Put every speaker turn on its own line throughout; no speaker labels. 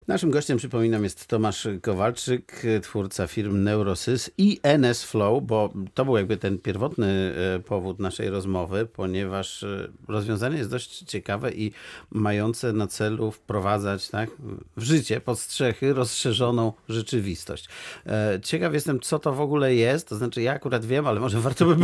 Naszym gościem, przypominam, jest Tomasz Kowalczyk, twórca firm Neurosys i NSFlow, bo to był jakby ten pierwotny powód naszej rozmowy, ponieważ rozwiązanie jest dość ciekawe i mające na celu wprowadzać w życie, pod strzechy, rozszerzoną rzeczywistość. Ciekaw jestem, co to w ogóle jest, to znaczy ja akurat wiem, ale może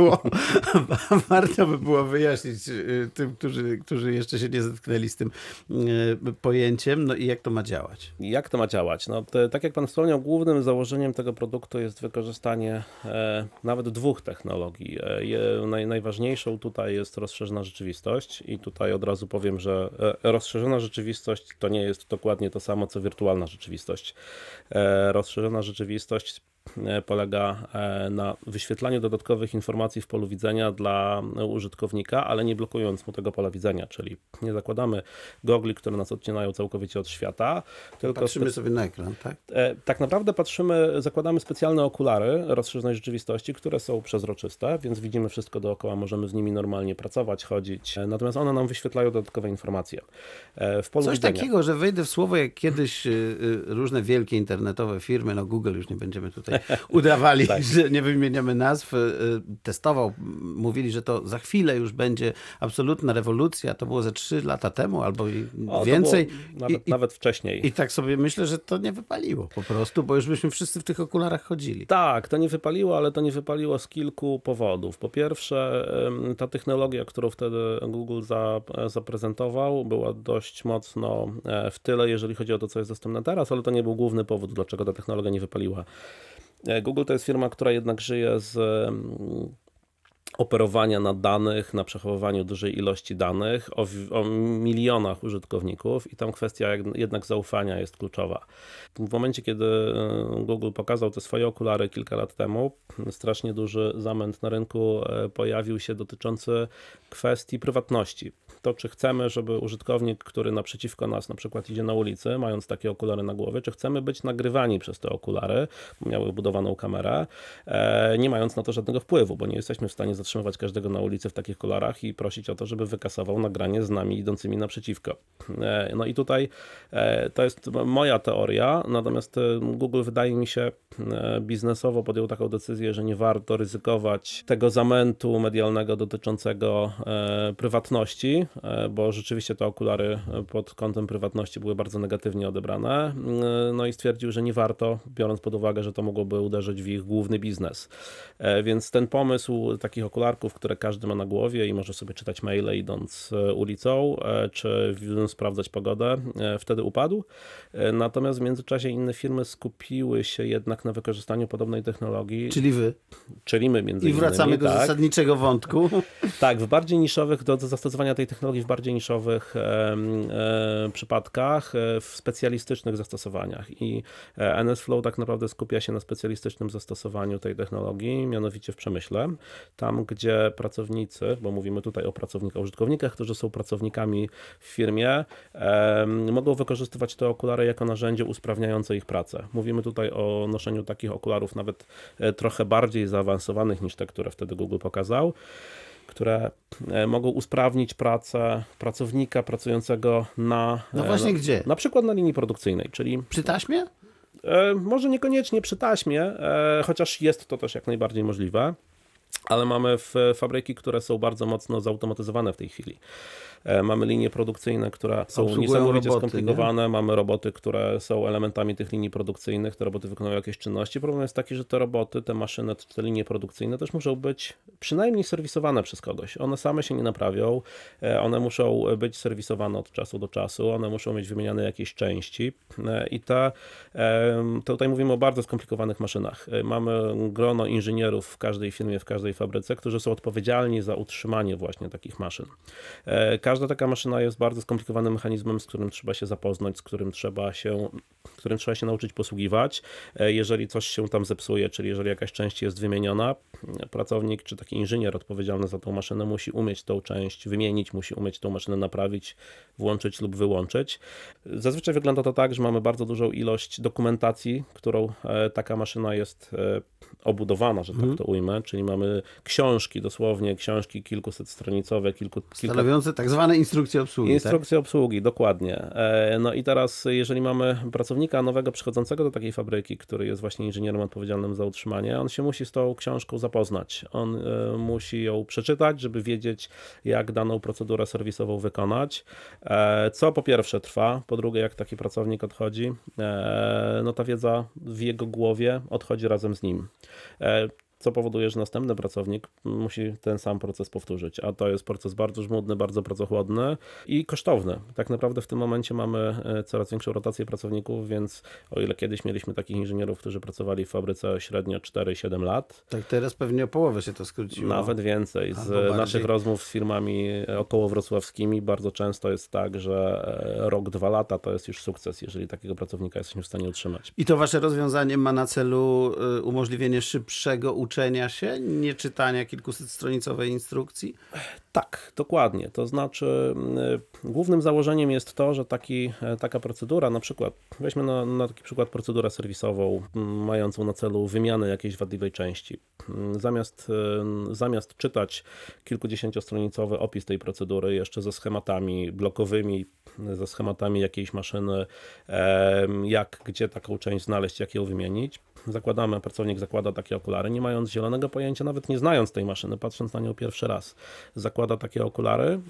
warto by było wyjaśnić tym, którzy jeszcze się nie zetknęli z tym pojęciem, no i jak to ma działać.
Jak to ma działać? Tak jak Pan wspomniał, głównym założeniem tego produktu jest wykorzystanie nawet dwóch technologii. Najważniejszą tutaj jest rozszerzona rzeczywistość i tutaj od razu powiem, że rozszerzona rzeczywistość to nie jest dokładnie to samo, co wirtualna rzeczywistość. Rozszerzona rzeczywistość polega na wyświetlaniu dodatkowych informacji w polu widzenia dla użytkownika, ale nie blokując mu tego pola widzenia, czyli nie zakładamy gogli, które nas odcinają całkowicie od świata. Tylko
patrzymy sobie na ekran, tak?
Tak naprawdę zakładamy specjalne okulary rozszerzonej rzeczywistości, które są przezroczyste, więc widzimy wszystko dookoła, możemy z nimi normalnie pracować, chodzić, natomiast one nam wyświetlają dodatkowe informacje. W polu
Coś
widzenia.
takiego, że wejdę w słowo, jak kiedyś różne wielkie internetowe firmy, Google już nie będziemy tutaj udawali, tak, że nie wymieniamy nazw, testował, mówili, że to za chwilę już będzie absolutna rewolucja, to było ze 3 lata temu albo więcej.
Nawet wcześniej.
I tak sobie myślę, że to nie wypaliło po prostu, bo już byśmy wszyscy w tych okularach chodzili.
Tak, to nie wypaliło, ale to nie wypaliło z kilku powodów. Po pierwsze, ta technologia, którą wtedy Google zaprezentował, była dość mocno w tyle, jeżeli chodzi o to, co jest dostępne teraz, ale to nie był główny powód, dlaczego ta technologia nie wypaliła. Google to jest firma, która jednak żyje z operowania na danych, na przechowywaniu dużej ilości danych, o milionach użytkowników i tam kwestia jednak zaufania jest kluczowa. W momencie, kiedy Google pokazał te swoje okulary kilka lat temu, strasznie duży zamęt na rynku pojawił się dotyczący kwestii prywatności. To, czy chcemy, żeby użytkownik, który naprzeciwko nas na przykład idzie na ulicy, mając takie okulary na głowie, czy chcemy być nagrywani przez te okulary, miały budowaną kamerę, nie mając na to żadnego wpływu, bo nie jesteśmy w stanie zatrzymywać każdego na ulicy w takich okularach i prosić o to, żeby wykasował nagranie z nami idącymi naprzeciwko. No i tutaj to jest moja teoria, natomiast Google, wydaje mi się, biznesowo podjął taką decyzję, że nie warto ryzykować tego zamętu medialnego dotyczącego prywatności, bo rzeczywiście te okulary pod kątem prywatności były bardzo negatywnie odebrane. No i stwierdził, że nie warto, biorąc pod uwagę, że to mogłoby uderzyć w ich główny biznes. Więc ten pomysł takich okularków, które każdy ma na głowie i może sobie czytać maile idąc ulicą, czy sprawdzać pogodę, wtedy upadł. Natomiast w międzyczasie inne firmy skupiły się jednak na wykorzystaniu podobnej technologii.
Czyli my
między innymi.
I wracamy do zasadniczego wątku.
Tak, w bardziej niszowych, do zastosowania tej technologii w bardziej niszowych przypadkach, w specjalistycznych zastosowaniach. I NSFlow tak naprawdę skupia się na specjalistycznym zastosowaniu tej technologii, mianowicie w przemyśle. Tam, gdzie pracownicy, bo mówimy tutaj o pracownikach, użytkownikach, którzy są pracownikami w firmie, mogą wykorzystywać te okulary jako narzędzie usprawniające ich pracę. Mówimy tutaj o noszeniu takich okularów nawet trochę bardziej zaawansowanych niż te, które wtedy Google pokazał, które mogą usprawnić pracę pracownika pracującego
gdzie?
Na przykład na linii produkcyjnej, czyli
przy taśmie?
Może niekoniecznie przy taśmie, chociaż jest to też jak najbardziej możliwe. Ale mamy fabryki, które są bardzo mocno zautomatyzowane w tej chwili. Mamy linie produkcyjne, które są niesamowicie skomplikowane. Mamy roboty, które są elementami tych linii produkcyjnych. Te roboty wykonują jakieś czynności. Problem jest taki, że te roboty, te maszyny, te linie produkcyjne też muszą być przynajmniej serwisowane przez kogoś. One same się nie naprawią. One muszą być serwisowane od czasu do czasu. One muszą mieć wymieniane jakieś części. I tutaj mówimy o bardzo skomplikowanych maszynach. Mamy grono inżynierów w każdej firmie, w każdej fabryce, którzy są odpowiedzialni za utrzymanie właśnie takich maszyn. Każda taka maszyna jest bardzo skomplikowanym mechanizmem, z którym trzeba się zapoznać, z którym trzeba się nauczyć posługiwać. Jeżeli coś się tam zepsuje, czyli jeżeli jakaś część jest wymieniona, pracownik czy taki inżynier odpowiedzialny za tą maszynę musi umieć tą część wymienić, musi umieć tą maszynę naprawić, włączyć lub wyłączyć. Zazwyczaj wygląda to tak, że mamy bardzo dużą ilość dokumentacji, którą taka maszyna jest obudowana, że tak to ujmę, czyli mamy książki, dosłownie książki kilkusetstronicowe,
stanowiące tak zwane instrukcje obsługi.
Instrukcje obsługi, dokładnie. No i teraz, jeżeli mamy pracownika, pracownika nowego przychodzącego do takiej fabryki, który jest właśnie inżynierem odpowiedzialnym za utrzymanie, on się musi z tą książką zapoznać. On musi ją przeczytać, żeby wiedzieć, jak daną procedurę serwisową wykonać. Co po pierwsze trwa, po drugie, jak taki pracownik odchodzi, no ta wiedza w jego głowie odchodzi razem z nim. Co powoduje, że następny pracownik musi ten sam proces powtórzyć, a to jest proces bardzo żmudny, bardzo pracochłodny i kosztowny. Tak naprawdę w tym momencie mamy coraz większą rotację pracowników, więc o ile kiedyś mieliśmy takich inżynierów, którzy pracowali w fabryce średnio 4-7 lat.
Tak, teraz pewnie o połowę się to skróciło.
Nawet więcej. Z naszych rozmów z firmami okołowrocławskimi bardzo często jest tak, że rok, 2 lata to jest już sukces, jeżeli takiego pracownika jesteśmy w stanie utrzymać.
I to wasze rozwiązanie ma na celu umożliwienie szybszego uczenia się, nie czytania kilkusetstronicowej instrukcji?
Tak, dokładnie. To znaczy głównym założeniem jest to, że taka procedura, na przykład weźmy na taki przykład procedurę serwisową mającą na celu wymianę jakiejś wadliwej części. Zamiast czytać kilkudziesięciostronicowy opis tej procedury jeszcze ze schematami blokowymi, ze schematami jakiejś maszyny, gdzie taką część znaleźć, jak ją wymienić, pracownik zakłada takie okulary, nie mając zielonego pojęcia, nawet nie znając tej maszyny, patrząc na nią pierwszy raz. Zakłada takie okulary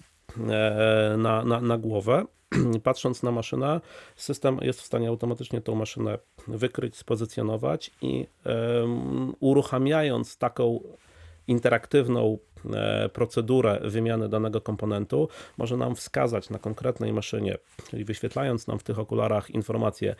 na głowę. Patrząc na maszynę, system jest w stanie automatycznie tą maszynę wykryć, spozycjonować i uruchamiając taką interaktywną procedurę wymiany danego komponentu, może nam wskazać na konkretnej maszynie, czyli wyświetlając nam w tych okularach informacje,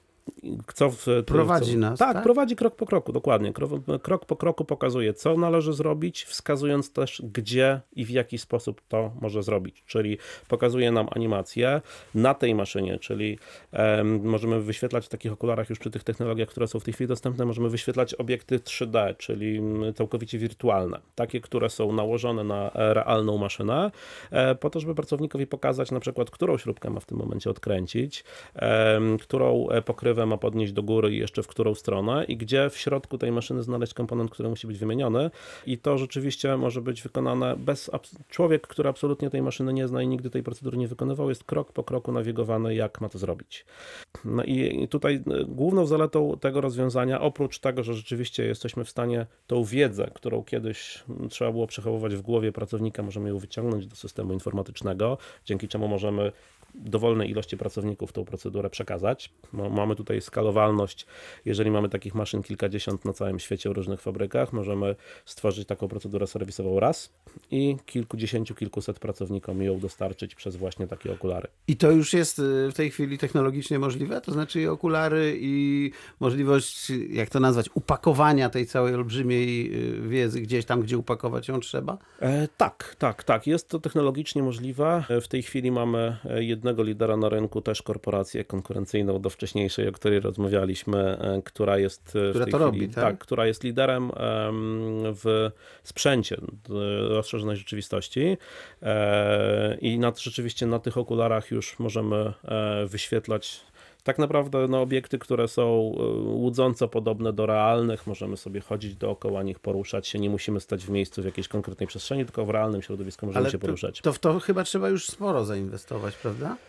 prowadzi nas, tak?
Prowadzi krok po kroku, dokładnie. Krok po kroku pokazuje, co należy zrobić, wskazując też, gdzie i w jaki sposób to może zrobić. Czyli pokazuje nam animację na tej maszynie, czyli możemy wyświetlać w takich okularach już przy tych technologiach, które są w tej chwili dostępne, możemy wyświetlać obiekty 3D, czyli całkowicie wirtualne. Takie, które są nałożone na realną maszynę, po to, żeby pracownikowi pokazać na przykład, którą śrubkę ma w tym momencie odkręcić, którą pokrywę ma podnieść do góry i jeszcze w którą stronę i gdzie w środku tej maszyny znaleźć komponent, który musi być wymieniony i to rzeczywiście może być wykonane człowiek, który absolutnie tej maszyny nie zna i nigdy tej procedury nie wykonywał, jest krok po kroku nawigowany, jak ma to zrobić. No i tutaj główną zaletą tego rozwiązania, oprócz tego, że rzeczywiście jesteśmy w stanie tą wiedzę, którą kiedyś trzeba było przechowywać w głowie pracownika, możemy ją wyciągnąć do systemu informatycznego, dzięki czemu możemy dowolnej ilości pracowników tą procedurę przekazać. Mamy tutaj skalowalność. Jeżeli mamy takich maszyn kilkadziesiąt na całym świecie w różnych fabrykach, możemy stworzyć taką procedurę serwisową raz i kilkuset pracownikom ją dostarczyć przez właśnie takie okulary.
I to już jest w tej chwili technologicznie możliwe? To znaczy i okulary i możliwość, jak to nazwać, upakowania tej całej olbrzymiej wiedzy gdzieś tam, gdzie upakować ją trzeba?
Tak. Jest to technologicznie możliwe. W tej chwili mamy jednego lidera na rynku, też korporację konkurencyjną do wcześniejszej, o której rozmawialiśmy, która jest która jest liderem w sprzęcie rozszerzonej rzeczywistości i rzeczywiście na tych okularach już możemy wyświetlać tak naprawdę obiekty, które są łudząco podobne do realnych, możemy sobie chodzić dookoła nich, poruszać się, nie musimy stać w miejscu w jakiejś konkretnej przestrzeni, tylko w realnym środowisku możemy się poruszać.
To w to chyba trzeba już sporo zainwestować, prawda?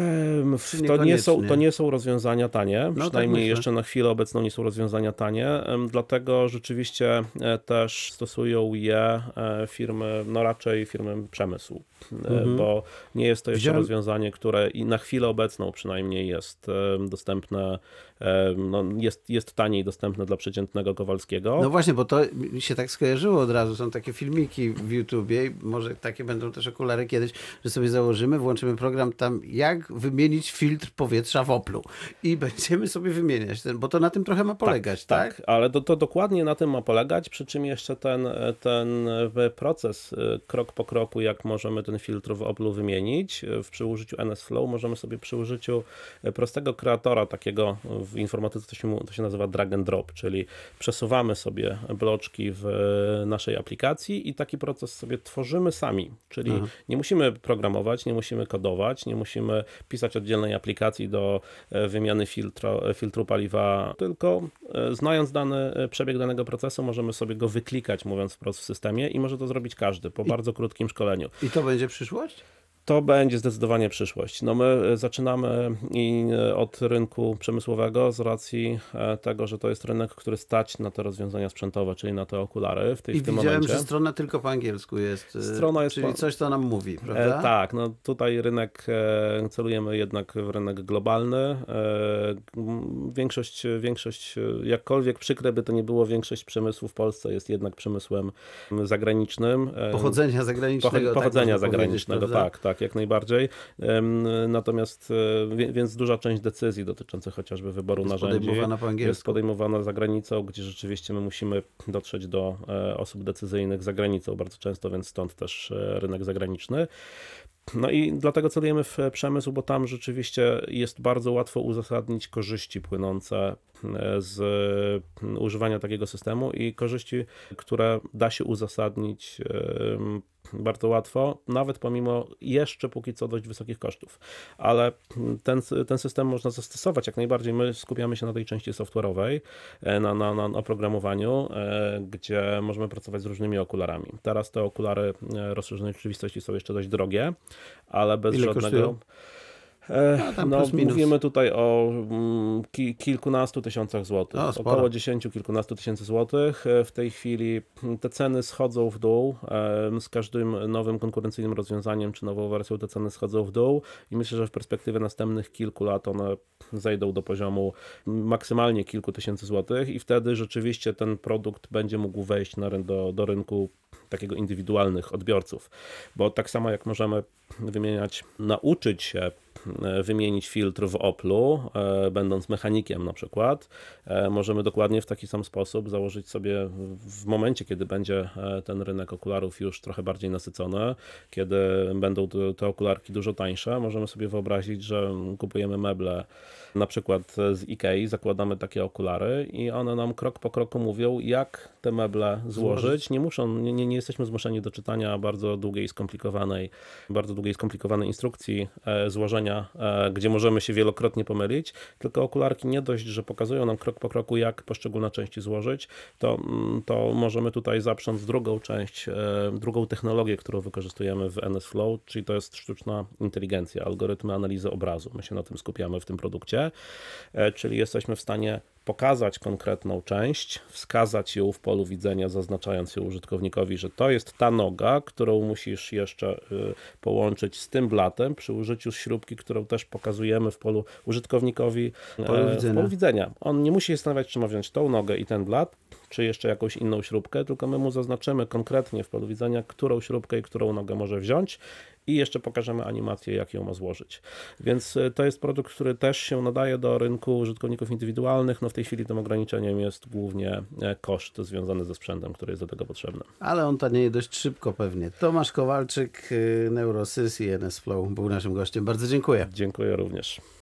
To nie są rozwiązania tanie, przynajmniej jeszcze na chwilę obecną nie są rozwiązania tanie, dlatego rzeczywiście też stosują je firmy, raczej firmy przemysłu, bo nie jest to jeszcze rozwiązanie, które i na chwilę obecną przynajmniej jest dostępne, jest taniej dostępne dla przeciętnego Kowalskiego.
No właśnie, bo to mi się tak skojarzyło od razu, są takie filmiki w YouTubie, może takie będą też okulary kiedyś, że sobie założymy, włączymy program tam, jak wymienić filtr powietrza w Oplu i będziemy sobie wymieniać, bo to na tym trochę ma polegać, tak?
Ale to dokładnie na tym ma polegać, przy czym jeszcze ten proces krok po kroku, jak możemy ten filtr w Oplu wymienić, przy użyciu NS Flow możemy sobie przy użyciu prostego kreatora takiego w informatyce to się nazywa drag and drop, czyli przesuwamy sobie bloczki w naszej aplikacji i taki proces sobie tworzymy sami, czyli nie musimy programować, nie musimy kodować, nie musimy pisać oddzielnej aplikacji do wymiany filtru paliwa, tylko znając przebieg danego procesu możemy sobie go wyklikać, mówiąc wprost, w systemie i może to zrobić każdy po bardzo krótkim szkoleniu.
I to będzie przyszłość?
To będzie zdecydowanie przyszłość. No my zaczynamy od rynku przemysłowego z racji tego, że to jest rynek, który stać na te rozwiązania sprzętowe, czyli na te okulary w tym
widziałem,
momencie.
że strona tylko po angielsku jest,
Strona jest
czyli coś, co nam mówi, prawda?
Tak, no tutaj celujemy jednak w rynek globalny. Większość, jakkolwiek przykre by to nie było, większość przemysłu w Polsce jest jednak przemysłem zagranicznym.
Pochodzenia zagranicznego.
Pochodzenia
tak
zagranicznego, tak, jak najbardziej. Natomiast, więc duża część decyzji dotyczących chociażby wyboru narzędzi jest podejmowana za granicą, gdzie rzeczywiście my musimy dotrzeć do osób decyzyjnych za granicą bardzo często, więc stąd też rynek zagraniczny. No i dlatego celujemy w przemysł, bo tam rzeczywiście jest bardzo łatwo uzasadnić korzyści płynące z używania takiego systemu i korzyści, które da się uzasadnić bardzo łatwo, nawet pomimo jeszcze póki co dość wysokich kosztów. Ale ten system można zastosować jak najbardziej. My skupiamy się na tej części software'owej, na oprogramowaniu, gdzie możemy pracować z różnymi okularami. Teraz te okulary rozszerzonej rzeczywistości są jeszcze dość drogie, ale bez
Ile
żadnego...
kosztują?
Mówimy tutaj o kilkunastu tysiącach złotych, około 10 kilkunastu tysięcy złotych. W tej chwili te ceny schodzą w dół, z każdym nowym konkurencyjnym rozwiązaniem czy nową wersją te ceny schodzą w dół i myślę, że w perspektywie następnych kilku lat one zejdą do poziomu maksymalnie kilku tysięcy złotych i wtedy rzeczywiście ten produkt będzie mógł wejść do rynku takiego indywidualnych odbiorców, bo tak samo jak możemy nauczyć się wymienić filtr w Oplu, będąc mechanikiem na przykład, możemy dokładnie w taki sam sposób założyć sobie w momencie, kiedy będzie ten rynek okularów już trochę bardziej nasycony, kiedy będą te okularki dużo tańsze, możemy sobie wyobrazić, że kupujemy meble na przykład z Ikei, zakładamy takie okulary i one nam krok po kroku mówią, jak te meble złożyć. Nie jesteśmy zmuszeni do czytania bardzo długiej, skomplikowanej instrukcji złożenia, gdzie możemy się wielokrotnie pomylić, tylko okularki nie dość, że pokazują nam krok po kroku, jak poszczególne części złożyć, to możemy tutaj zaprząc drugą technologię, którą wykorzystujemy w NS Flow, czyli to jest sztuczna inteligencja, algorytmy analizy obrazu. My się na tym skupiamy w tym produkcie, czyli jesteśmy w stanie pokazać konkretną część, wskazać ją w polu widzenia, zaznaczając ją użytkownikowi, że to jest ta noga, którą musisz jeszcze połączyć z tym blatem przy użyciu śrubki, którą też pokazujemy w polu użytkownikowi w polu widzenia. On nie musi się zastanawiać, czy ma wziąć tą nogę i ten blat, czy jeszcze jakąś inną śrubkę, tylko my mu zaznaczymy konkretnie w polu widzenia, którą śrubkę i którą nogę może wziąć i jeszcze pokażemy animację, jak ją ma złożyć. Więc to jest produkt, który też się nadaje do rynku użytkowników indywidualnych. No w tej chwili tym ograniczeniem jest głównie koszt związany ze sprzętem, który jest do tego potrzebny.
Ale on tanieje dość szybko pewnie. Tomasz Kowalczyk, Neurosys i NS Flow był naszym gościem. Bardzo dziękuję.
Dziękuję również.